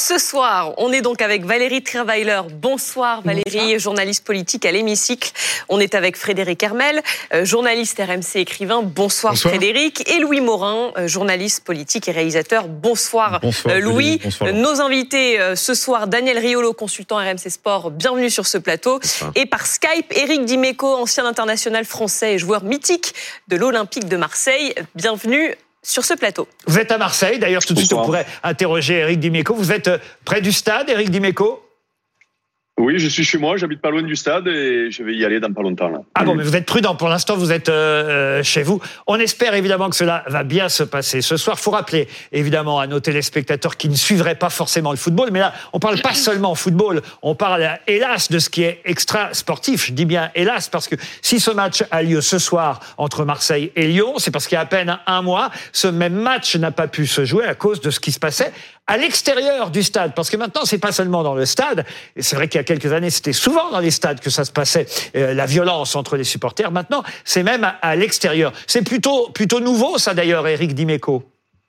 Ce soir, on est donc avec Valérie Trierweiler. Bonsoir Valérie, journaliste politique à l'Hémicycle. On est avec Frédéric Hermel, journaliste RMC écrivain. Bonsoir Frédéric. Et Louis Morin, journaliste politique et réalisateur. Bonsoir Louis. Bonsoir. Nos invités ce soir, Daniel Riolo, consultant RMC Sport. Bienvenue sur ce plateau. Et par Skype, Éric Dimeco, ancien international français et joueur mythique de l'Olympique de Marseille. Bienvenue sur ce plateau. Vous êtes à Marseille, d'ailleurs tout de suite on pourrait interroger Éric Dimeco. Vous êtes près du stade, Éric Dimeco ? Oui, je suis chez moi, j'habite pas loin du stade et je vais y aller dans pas longtemps. Là. Ah bon, mais vous êtes prudent, pour l'instant vous êtes chez vous. On espère évidemment que cela va bien se passer ce soir. Il faut rappeler évidemment à nos téléspectateurs qui ne suivraient pas forcément le football, mais là on parle pas seulement football, on parle hélas de ce qui est extra sportif. Je dis bien hélas parce que si ce match a lieu ce soir entre Marseille et Lyon, c'est parce qu'il y a à peine un mois, ce même match n'a pas pu se jouer à cause de ce qui se passait à l'extérieur du stade, parce que maintenant c'est pas seulement dans le stade, et c'est vrai qu'il y a quelques années c'était souvent dans les stades que ça se passait, la violence entre les supporters, maintenant c'est même à l'extérieur. C'est plutôt nouveau ça d'ailleurs, Éric Dimeco.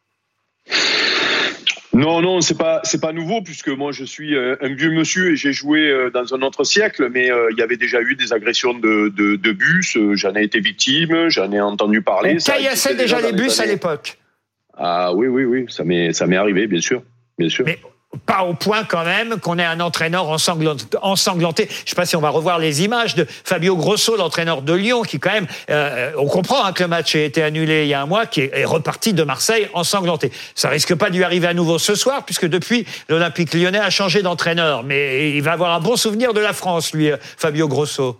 Non, c'est pas nouveau puisque moi je suis un vieux monsieur et j'ai joué dans un autre siècle, mais il y avait déjà eu des agressions de bus, j'en ai été victime, j'en ai entendu parler. On caillassait déjà les bus à l'époque. Ah oui, ça m'est arrivé, bien sûr. Mais pas au point quand même qu'on ait un entraîneur ensanglanté. Je ne sais pas si on va revoir les images de Fabio Grosso, l'entraîneur de Lyon, qui quand même, on comprend que le match a été annulé il y a un mois, qui est reparti de Marseille ensanglanté. Ça risque pas de lui arriver à nouveau ce soir, puisque depuis, l'Olympique lyonnais a changé d'entraîneur. Mais il va avoir un bon souvenir de la France, lui, Fabio Grosso.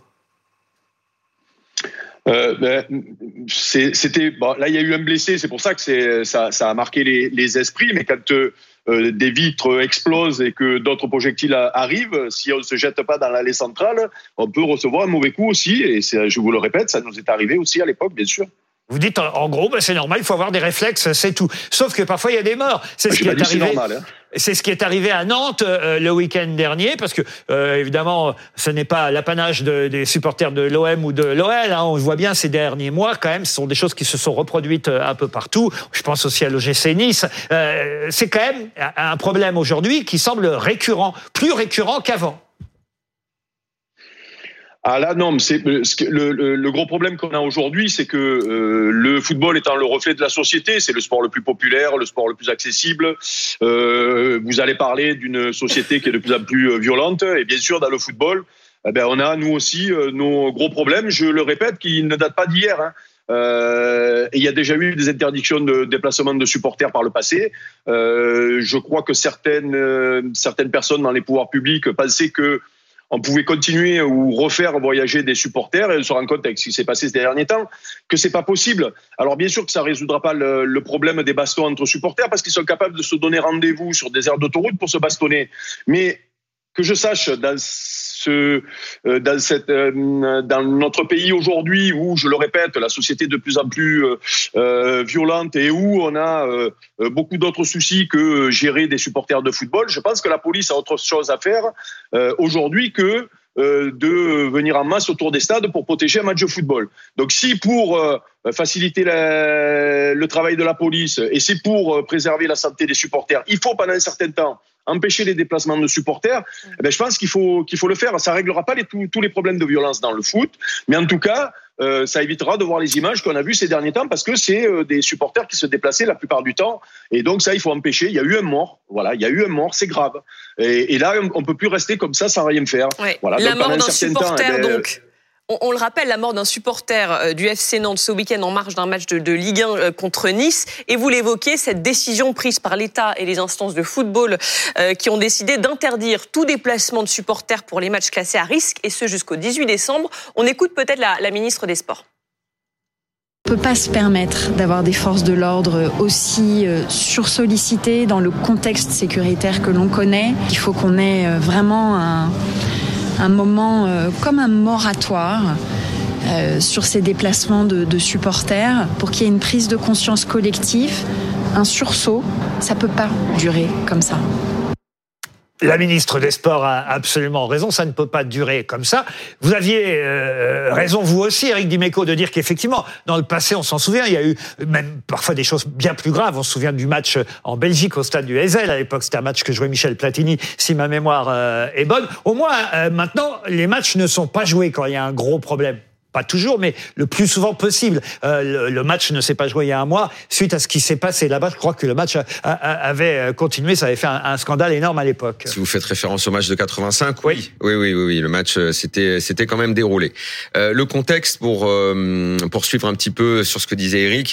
C'était bon, là il y a eu un blessé, c'est pour ça que ça a marqué les esprits, mais quand des vitres explosent et que d'autres projectiles arrivent, si on ne se jette pas dans l'allée centrale, on peut recevoir un mauvais coup aussi, et je vous le répète, ça nous est arrivé aussi à l'époque, bien sûr. Vous dites, en gros, c'est normal, il faut avoir des réflexes, c'est tout. Sauf que parfois, il y a des morts. C'est ce qui est arrivé. C'est normal, hein. C'est ce qui est arrivé à Nantes le week-end dernier, parce que, évidemment, ce n'est pas l'apanage des supporters de l'OM ou de l'OL. Hein. On voit bien ces derniers mois, quand même, ce sont des choses qui se sont reproduites un peu partout. Je pense aussi à l'OGC Nice. C'est quand même un problème aujourd'hui qui semble récurrent, plus récurrent qu'avant. Ah là non, mais le gros problème qu'on a aujourd'hui, c'est que le football étant le reflet de la société, c'est le sport le plus populaire, le sport le plus accessible. Vous allez parler d'une société qui est de plus en plus violente, et bien sûr dans le football, on a nous aussi nos gros problèmes. Je le répète, qui ne datent pas d'hier. Hein. Et il y a déjà eu des interdictions de déplacement de supporters par le passé. Je crois que certaines personnes dans les pouvoirs publics pensaient que on pouvait continuer ou refaire voyager des supporters, et on se rend compte avec ce qui s'est passé ces derniers temps que c'est pas possible. Alors bien sûr que ça résoudra pas le problème des bastons entre supporters, parce qu'ils sont capables de se donner rendez-vous sur des aires d'autoroute pour se bastonner. Mais que je sache, dans notre pays aujourd'hui, où, je le répète, la société est de plus en plus violente et où on a beaucoup d'autres soucis que gérer des supporters de football, je pense que la police a autre chose à faire aujourd'hui que de venir en masse autour des stades pour protéger un match de football. Donc si pour faciliter le travail de la police et c'est pour préserver la santé des supporters, il faut pendant un certain temps empêcher les déplacements de supporters, je pense qu'il faut le faire. Ça réglera pas tous les problèmes de violence dans le foot, mais en tout cas, ça évitera de voir les images qu'on a vues ces derniers temps, parce que c'est des supporters qui se déplaçaient la plupart du temps, et donc ça, il faut empêcher. Il y a eu un mort, c'est grave. Et là, on peut plus rester comme ça sans rien faire. Ouais. Voilà. La mort d'un supporter, donc. On le rappelle, la mort d'un supporter du FC Nantes ce week-end en marge d'un match de Ligue 1 contre Nice. Et vous l'évoquez, cette décision prise par l'État et les instances de football qui ont décidé d'interdire tout déplacement de supporters pour les matchs classés à risque, et ce jusqu'au 18 décembre. On écoute peut-être la ministre des Sports. On ne peut pas se permettre d'avoir des forces de l'ordre aussi sursollicitées dans le contexte sécuritaire que l'on connaît. Il faut qu'on ait vraiment un moment comme un moratoire sur ces déplacements de supporters pour qu'il y ait une prise de conscience collective, un sursaut. Ça ne peut pas durer comme ça. La ministre des Sports a absolument raison, ça ne peut pas durer comme ça. Vous aviez raison, vous aussi, Éric Dimeco, de dire qu'effectivement, dans le passé, on s'en souvient, il y a eu même parfois des choses bien plus graves. On se souvient du match en Belgique au stade du Heysel. À l'époque, c'était un match que jouait Michel Platini, si ma mémoire est bonne. Au moins, maintenant, les matchs ne sont pas joués quand il y a un gros problème. Pas toujours, mais le plus souvent possible. Le match ne s'est pas joué il y a un mois. Suite à ce qui s'est passé là-bas, je crois que le match avait continué. Ça avait fait un scandale énorme à l'époque. Si vous faites référence au match de 85, oui. Le match c'était quand même déroulé. Le contexte pour suivre un petit peu sur ce que disait Éric,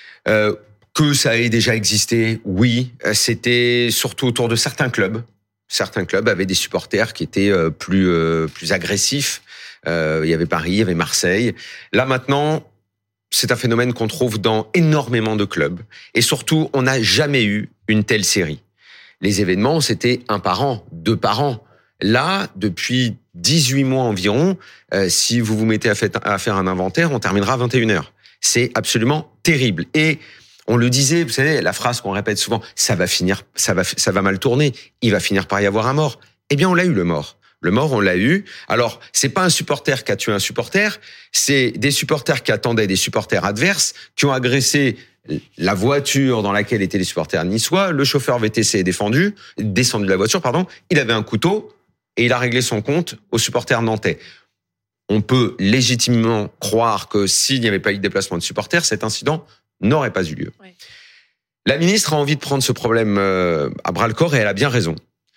que ça ait déjà existé, oui. C'était surtout autour de certains clubs. Certains clubs avaient des supporters qui étaient plus agressifs. Il y avait Paris, il y avait Marseille. Là maintenant, c'est un phénomène qu'on trouve dans énormément de clubs. Et surtout, on n'a jamais eu une telle série. Les événements, c'était 1 par an, 2 par an. Là, depuis 18 mois environ, si vous vous mettez à faire un inventaire, on terminera à 21h. C'est absolument terrible. Et on le disait, vous savez, la phrase qu'on répète souvent, ça va mal tourner, il va finir par y avoir un mort. Eh bien, on l'a eu, le mort. Le mort, on l'a eu. Alors, c'est pas un supporter qui a tué un supporter, c'est des supporters qui attendaient des supporters adverses, qui ont agressé la voiture dans laquelle étaient les supporters niçois. Le chauffeur VTC est descendu de la voiture, il avait un couteau et il a réglé son compte aux supporters nantais. On peut légitimement croire que s'il n'y avait pas eu de déplacement de supporters, cet incident n'aurait pas eu lieu. Oui. La ministre a envie de prendre ce problème à bras-le-corps et elle a bien raison.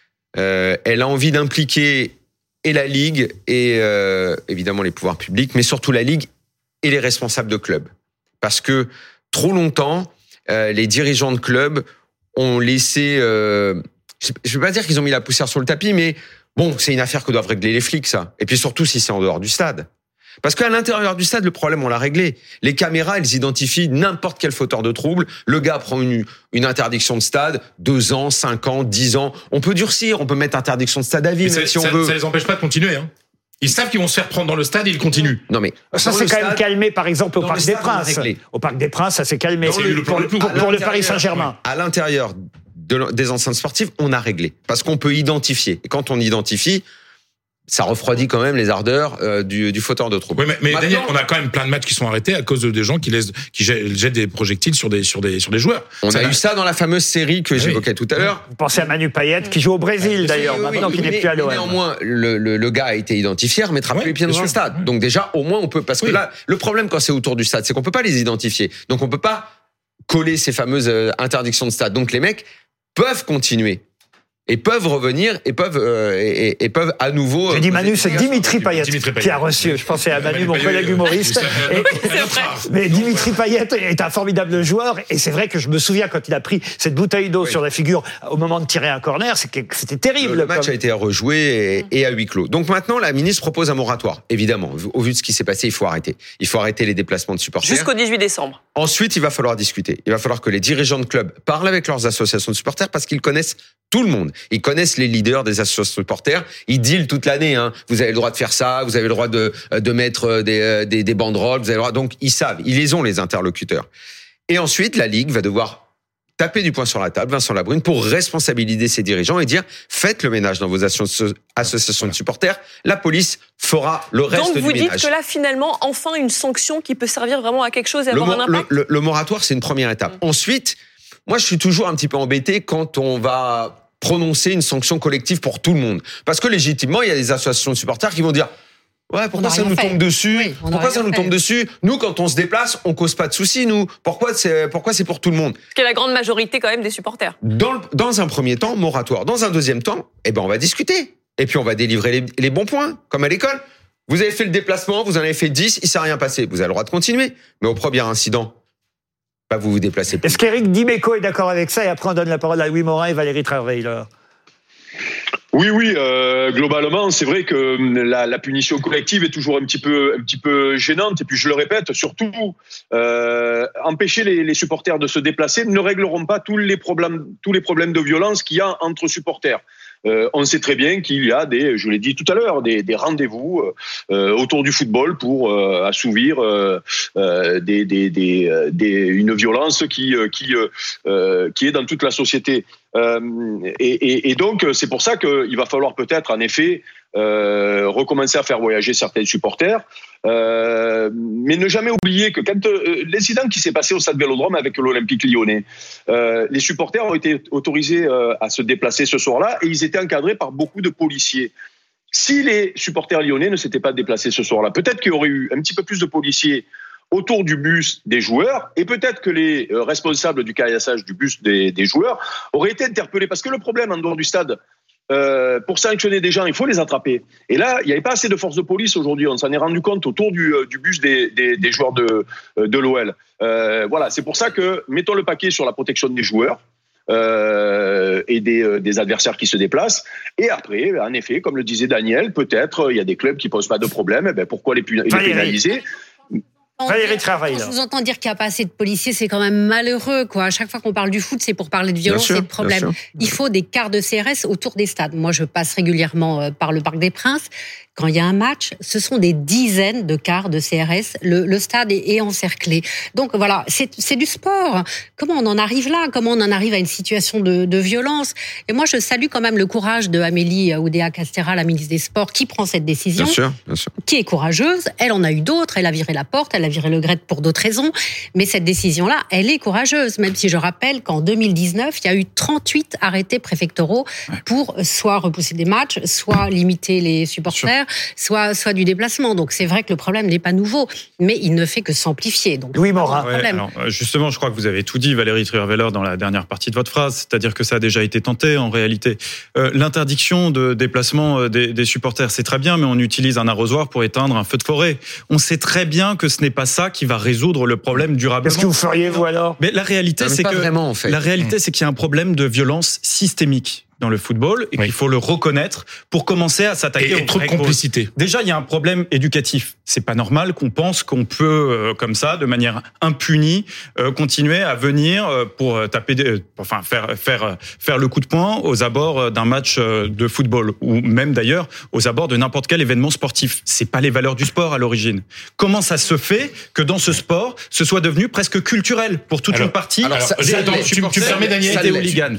Elle a envie d'impliquer et la Ligue et évidemment les pouvoirs publics, mais surtout la Ligue et les responsables de clubs. Parce que trop longtemps, les dirigeants de clubs ont laissé... je ne veux pas dire qu'ils ont mis la poussière sur le tapis, mais bon, c'est une affaire que doivent régler les flics, ça. Et puis surtout si c'est en dehors du stade. Parce qu'à l'intérieur du stade, le problème, on l'a réglé. Les caméras, elles identifient n'importe quel fauteur de trouble. Le gars prend une interdiction de stade, 2 ans, 5 ans, 10 ans. On peut durcir, on peut mettre interdiction de stade à vie, même si on veut. Ça les empêche pas de continuer, hein. Ils savent qu'ils vont se faire prendre dans le stade et ils continuent. Non mais ça s'est quand même calmé, par exemple, au Parc des Princes. Au Parc des Princes, ça s'est calmé. Pour le Paris Saint-Germain. À l'intérieur des enceintes sportives, on a réglé. Parce qu'on peut identifier. Et quand on identifie, ça refroidit quand même les ardeurs du fauteur de trouble. Oui, mais Daniel, on a quand même plein de matchs qui sont arrêtés à cause de des gens qui jettent des projectiles sur des joueurs. On a eu ça dans la fameuse série que j'évoquais tout à l'heure. Vous pensez à Manu Payet qui joue au Brésil d'ailleurs, maintenant qu'il n'est plus à l'OM. Néanmoins, le gars a été identifié, remettra plus les pieds dans un stade. Donc déjà, au moins on peut, parce que là, le problème quand c'est autour du stade, c'est qu'on peut pas les identifier. Donc on peut pas coller ces fameuses interdictions de stade. Donc les mecs peuvent continuer. Et peuvent revenir et peuvent à nouveau. J'ai dit Manu, c'est Dimitri Payet qui a reçu. Je pensais à Manu, mon collègue humoriste. Mais Dimitri Payet est un formidable joueur et c'est vrai que je me souviens quand il a pris cette bouteille d'eau sur la figure au moment de tirer un corner, c'était terrible. Le match a été rejoué et à huis clos. Donc maintenant, la ministre propose un moratoire. Évidemment, au vu de ce qui s'est passé, il faut arrêter. Il faut arrêter les déplacements de supporters. Jusqu'au 18 décembre. Ensuite, il va falloir discuter. Il va falloir que les dirigeants de clubs parlent avec leurs associations de supporters parce qu'ils connaissent tout le monde. Ils connaissent les leaders des associations de supporters. Ils dealent toute l'année. Vous avez le droit de faire ça. Vous avez le droit de mettre des banderoles. Vous avez le droit. Donc, ils savent. Ils les ont, les interlocuteurs. Et ensuite, la Ligue va devoir taper du poing sur la table, Vincent Labrune, pour responsabiliser ses dirigeants et dire faites le ménage dans vos associations de supporters. La police fera le reste du ménage. Donc, vous dites que là, finalement, enfin, une sanction qui peut servir vraiment à quelque chose et avoir un impact. Le moratoire, c'est une première étape. Ensuite, moi, je suis toujours un petit peu embêté quand on va prononcer une sanction collective pour tout le monde. Parce que légitimement, il y a des associations de supporters qui vont dire ouais, pourquoi ça nous tombe dessus ? Oui, pourquoi ça nous tombe dessus ? Nous, quand on se déplace, on cause pas de soucis, nous. Pourquoi c'est pour tout le monde ? Ce qui est la grande majorité quand même des supporters. Dans un premier temps, moratoire. Dans un deuxième temps, on va discuter. Et puis on va délivrer les bons points, comme à l'école. Vous avez fait le déplacement, vous en avez fait 10, il s'est rien passé. Vous avez le droit de continuer. Mais au premier incident, vous vous déplacez plus. Est-ce qu'Éric Dimeco est d'accord avec ça ? Et après, on donne la parole à Louis Morin et Valérie Trierweiler. Oui, globalement, c'est vrai que la punition collective est toujours un petit peu gênante. Et puis, je le répète, surtout, empêcher les supporters de se déplacer ne régleront pas tous les problèmes de violence qu'il y a entre supporters. On sait très bien qu'il y a je l'ai dit tout à l'heure, des rendez-vous autour du football pour assouvir une violence qui est dans toute la société. Et donc, c'est pour ça qu'il va falloir peut-être, en effet, recommencer à faire voyager certains supporters, mais ne jamais oublier que quand l'incident qui s'est passé au Stade Vélodrome avec l'Olympique Lyonnais, les supporters ont été autorisés à se déplacer ce soir-là et ils étaient encadrés par beaucoup de policiers. Si les supporters lyonnais ne s'étaient pas déplacés ce soir-là, peut-être qu'il y aurait eu un petit peu plus de policiers autour du bus des joueurs, et peut-être que les responsables du caillassage du bus des joueurs auraient été interpellés. Parce que le problème en dehors du stade, pour sanctionner des gens, il faut les attraper. Et là, il n'y avait pas assez de force de police aujourd'hui. On s'en est rendu compte autour du bus des joueurs de l'OL. Voilà, c'est pour ça que mettons le paquet sur la protection des joueurs. Et des adversaires qui se déplacent. Et après, en effet, comme le disait Daniel, peut-être il y a des clubs qui posent pas de problème. Eh pourquoi les pénaliser? Valérie Travail. Je vous entends dire qu'il n'y a pas assez de policiers, c'est quand même malheureux, quoi. À chaque fois qu'on parle du foot, c'est pour parler de violence et de problèmes. Il faut des quarts de CRS autour des stades. Moi, je passe régulièrement par le Parc des Princes. Quand il y a un match, ce sont des dizaines de quarts de CRS. Le stade est encerclé. Donc voilà, c'est du sport. Comment on en arrive là? Comment on en arrive à une situation de violence? Et moi, je salue quand même le courage de Amélie Oudéa-Castéra, la ministre des Sports, qui prend cette décision. Bien sûr. Qui est courageuse. Elle en a eu d'autres. Elle a viré Laporte, elle a viré Le Gret pour d'autres raisons. Mais cette décision-là, elle est courageuse. Même si je rappelle qu'en 2019, il y a eu 38 arrêtés préfectoraux pour soit repousser des matchs, soit limiter les supporters, soit du déplacement. Donc c'est vrai que le problème n'est pas nouveau, mais il ne fait que s'amplifier. Donc Louis Morin. Alors, justement, je crois que vous avez tout dit, Valérie Trierweiler, dans la dernière partie de votre phrase, c'est-à-dire que ça a déjà été tenté en réalité. L'interdiction de déplacement des supporters, c'est très bien, mais on utilise un arrosoir pour éteindre un feu de forêt. On sait très bien que ce n'est pas ça qui va résoudre le problème durablement. Qu'est-ce que vous feriez, vous, alors? Mais la réalité, c'est que vraiment, en fait. La réalité, c'est qu'il y a un problème de violence systémique dans le football et qu'il faut le reconnaître pour commencer à s'attaquer et trop de complicité. Déjà, il y a un problème éducatif. C'est pas normal qu'on pense qu'on peut comme ça, de manière impunie, continuer à venir pour taper, faire le coup de poing aux abords d'un match de football ou même d'ailleurs aux abords de n'importe quel événement sportif. C'est pas les valeurs du sport à l'origine. Comment ça se fait que dans ce sport, ce soit devenu presque culturel pour toute une partie? Tu me permets, Daniel, des hooligans.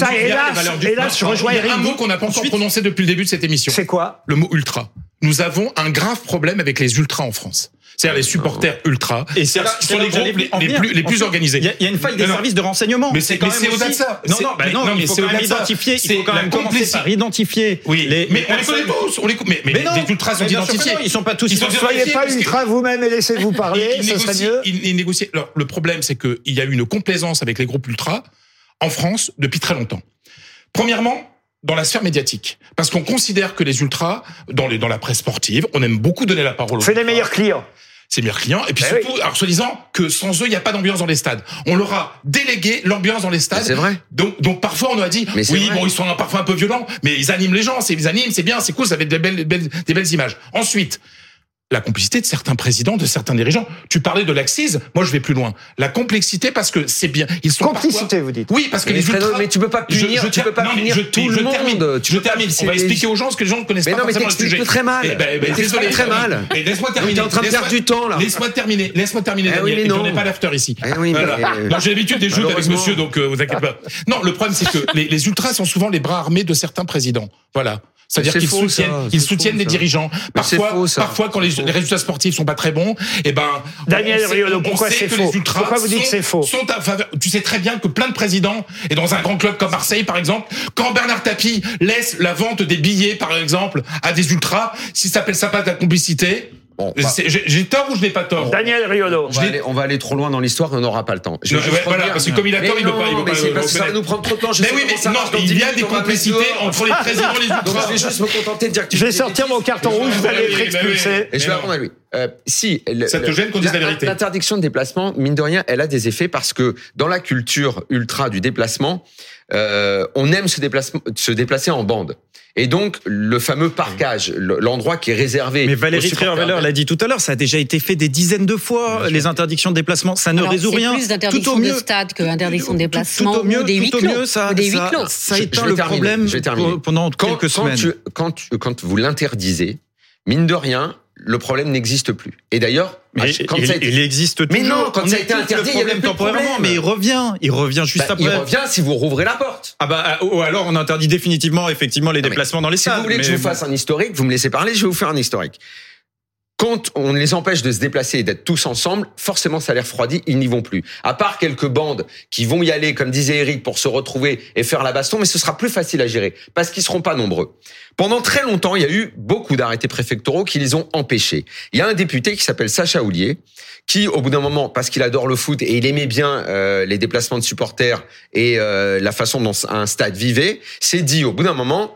Il y a un mot qu'on n'a pas encore prononcé depuis le début de cette émission. C'est quoi? Le mot ultra. Nous avons un grave problème avec les ultras en France. C'est-à-dire les supporters ultra. Et c'est sont les groupes les plus organisés. Il y a une faille des services de renseignement. Mais c'est au-delà de ça. Non, mais il faut quand même identifier. Il faut quand même commencer par identifier. Oui, mais on les connaît tous. Mais les ultras sont identifiés. Ils sont pas tous. Ne soyez pas ultra vous-même et laissez-vous parler. Ça serait mieux. Ils négocient. Alors, le problème, c'est qu'il y a eu une complaisance avec les groupes ultras en France depuis très longtemps. Premièrement, dans la sphère médiatique. Parce qu'on considère que les ultras, dans la presse sportive, on aime beaucoup donner la parole aux C'est les meilleurs clients. C'est les meilleurs clients. Et puis surtout, alors soi-disant que sans eux, il n'y a pas d'ambiance dans les stades. On leur a délégué l'ambiance dans les stades. C'est vrai. Donc parfois, on nous a dit, oui, bon, ils sont parfois un peu violents, mais ils animent les gens, ils animent, c'est bien, c'est cool, ça fait des belles images. Ensuite, la complicité de certains présidents, de certains dirigeants. Tu parlais de l'axise, moi je vais plus loin. La complexité parce que c'est bien. Ils sont complicité, vous dites. Oui, parce que les ultras. Mais tu peux pas punir, tout le monde. Je termine. On va expliquer aux gens ce que les gens ne connaissent pas forcément le sujet. Mais très mal. Désolé. Très mal. Et laisse-moi terminer. T'es en train de perdre du temps là. Laisse-moi terminer, Daniel. Et on n'est pas l'after ici. Non, j'ai l'habitude des jeux avec monsieur, donc vous inquiétez pas. Non, le problème c'est que les ultras sont souvent les bras armés de certains présidents. Voilà. C'est-à-dire qu'ils soutiennent des dirigeants. Parfois, quand les résultats sportifs sont pas très bons, Daniel Riolo, pourquoi c'est faux? Pourquoi vous dites que c'est faux? Tu sais très bien que plein de présidents, et dans un grand club comme Marseille, par exemple, quand Bernard Tapie laisse la vente des billets, par exemple, à des ultras, si ça s'appelle ça pas de la complicité, j'ai tort ou je n'ai pas tort? Daniel Riolo. On va aller trop loin dans l'histoire et on n'aura pas le temps. Parce que comme il a tort, il ne peut pas. C'est parce que ça va nous prendre trop de temps. Mais oui, mais non, il y a des complicités entre les présidents et les ultras. Je vais juste me contenter de dire que je vais sortir mon carton rouge, vous allez être expulsé. Et je vais répondre à lui. Ça te gêne qu'on dise la vérité? L'interdiction de déplacement, mine de rien, elle a des effets parce que dans la culture ultra du déplacement, on aime se déplacer en bande. Et donc, le fameux parquage, l'endroit qui est réservé. Mais Valérie Trierweiler l'a dit tout à l'heure, ça a déjà été fait des dizaines de fois, les interdictions de déplacement. Ça ne résout rien. C'est plus d'interdiction de stade que d'interdiction de déplacement ou des huis clos. Ça éteint le problème pendant quelques semaines. Quand vous l'interdisez, mine de rien, le problème n'existe plus. Et d'ailleurs, il existe toujours. Mais non, quand ça a été interdit, il y avait temporairement. Mais il revient juste après. Il revient si vous rouvrez la porte. Ou alors on interdit définitivement effectivement les déplacements dans les stades. Si vous voulez que je vous fasse un historique, vous me laissez parler, je vais vous faire un historique. Quand on les empêche de se déplacer et d'être tous ensemble, forcément ça les refroidit, ils n'y vont plus. À part quelques bandes qui vont y aller, comme disait Eric, pour se retrouver et faire la baston, mais ce sera plus facile à gérer, parce qu'ils seront pas nombreux. Pendant très longtemps, il y a eu beaucoup d'arrêtés préfectoraux qui les ont empêchés. Il y a un député qui s'appelle Sacha Houlier, qui, au bout d'un moment, parce qu'il adore le foot et il aimait bien les déplacements de supporters et la façon dont un stade vivait, s'est dit, au bout d'un moment,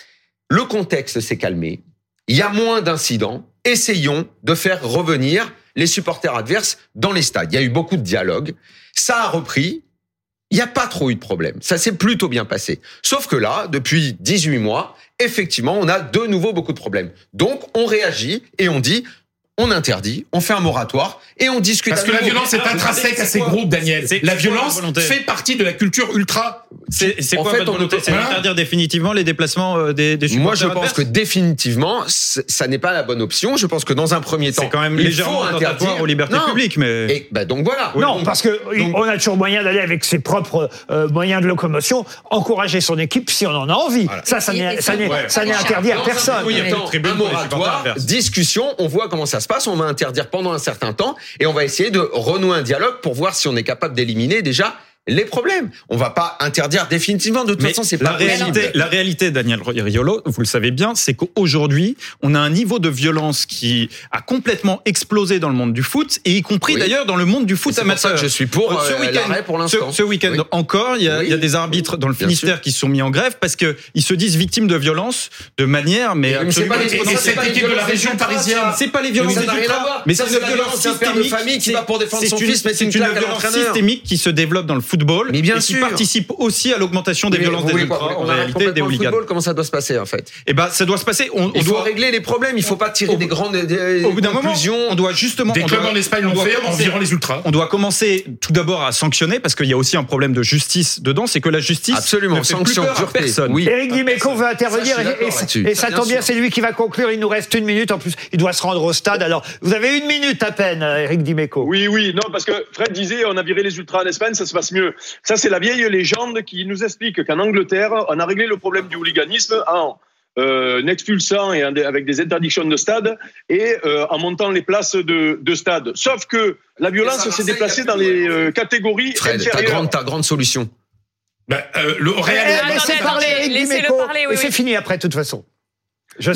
le contexte s'est calmé, il y a moins d'incidents, essayons de faire revenir les supporters adverses dans les stades. Il y a eu beaucoup de dialogues, ça a repris, il n'y a pas trop eu de problème, ça s'est plutôt bien passé. Sauf que là, depuis 18 mois, effectivement, on a de nouveau beaucoup de problèmes. Donc, on réagit et on dit... On interdit, on fait un moratoire et on discute. Parce que la violence est intrinsèque à ces groupes, Daniel. La violence fait partie de la culture ultra. C'est quoi votre volonté ? C'est d'interdire définitivement les déplacements des supporters. Moi, je pense que définitivement, ça n'est pas la bonne option. Je pense que dans un premier temps, c'est quand même légèrement attentatoire aux libertés publiques, mais. Et donc voilà. Non, parce que on a toujours moyen d'aller avec ses propres moyens de locomotion, encourager son équipe si on en a envie. Voilà. Ça n'est interdit à personne. Oui, un moratoire, discussion, on voit comment ça se passe, on va interdire pendant un certain temps et on va essayer de renouer un dialogue pour voir si on est capable d'éliminer déjà les problèmes. On va pas interdire définitivement, de toute façon, c'est pas possible. La réalité, Daniel Riolo, vous le savez bien, c'est qu'aujourd'hui, on a un niveau de violence qui a complètement explosé dans le monde du foot, et y compris d'ailleurs dans le monde du foot amateur. C'est pour ça que je suis pour l'arrêt pour l'instant. Ce week-end encore, il y a des arbitres dans le Finistère qui se sont mis en grève parce que ils se disent victimes de violence de manière, mais absolument. Et c'est pas l'équipe de la région parisienne. C'est pas les violences des ultras, mais c'est une violence systémique qui va pour défendre son fils, mais c'est une violence systémique qui se développe dans le football, mais bien et qui participe aussi à l'augmentation des violences des ultras, en réalité, des hooligans. Football, comment ça doit se passer, en fait? Eh ben, ça doit se passer. Il faut régler les problèmes. Il faut pas tirer des grandes conclusions. Au bout d'un moment, on doit justement. Des clubs en Espagne l'ont fait en virant les ultras. On doit commencer tout d'abord à sanctionner, parce qu'il y a aussi un problème de justice dedans, c'est que la justice. Absolument, ne fait plus peur à personne. Oui. Éric Dimeco veut intervenir et ça tombe bien, c'est lui qui va conclure. Il nous reste 1 minute. En plus, il doit se rendre au stade. Alors, vous avez 1 minute à peine, Éric Dimeco. Oui, non, parce que Fred disait, on a viré les ultras en Espagne, ça se passe mieux. Ça, c'est la vieille légende qui nous explique qu'en Angleterre, on a réglé le problème du hooliganisme en expulsant et avec des interdictions de stade et en montant les places de stade. Sauf que la violence s'est déplacée dans les catégories inférieures. Ta grande solution. Le Real. Laissez-le parler, et c'est fini après, de toute façon. Je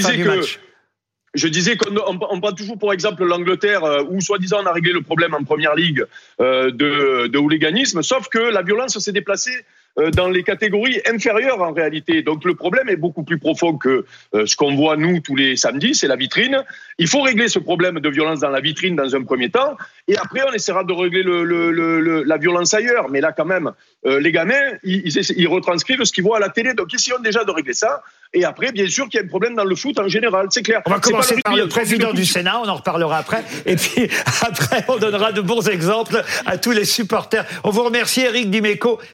disais qu'on prend toujours pour exemple l'Angleterre où soi-disant on a réglé le problème en première ligue de hooliganisme, sauf que la violence s'est déplacée dans les catégories inférieures en réalité. Donc le problème est beaucoup plus profond que ce qu'on voit nous tous les samedis, c'est la vitrine. Il faut régler ce problème de violence dans la vitrine dans un premier temps, et après on essaiera de régler la violence ailleurs. Mais là quand même, les gamins, ils retranscrivent ce qu'ils voient à la télé, donc essayons déjà de régler ça. Et après, bien sûr qu'il y a un problème dans le foot en général, c'est clair. On va commencer par le président du Sénat, on en reparlera après. Et puis après, on donnera de bons exemples à tous les supporters. On vous remercie, Éric Dimeco.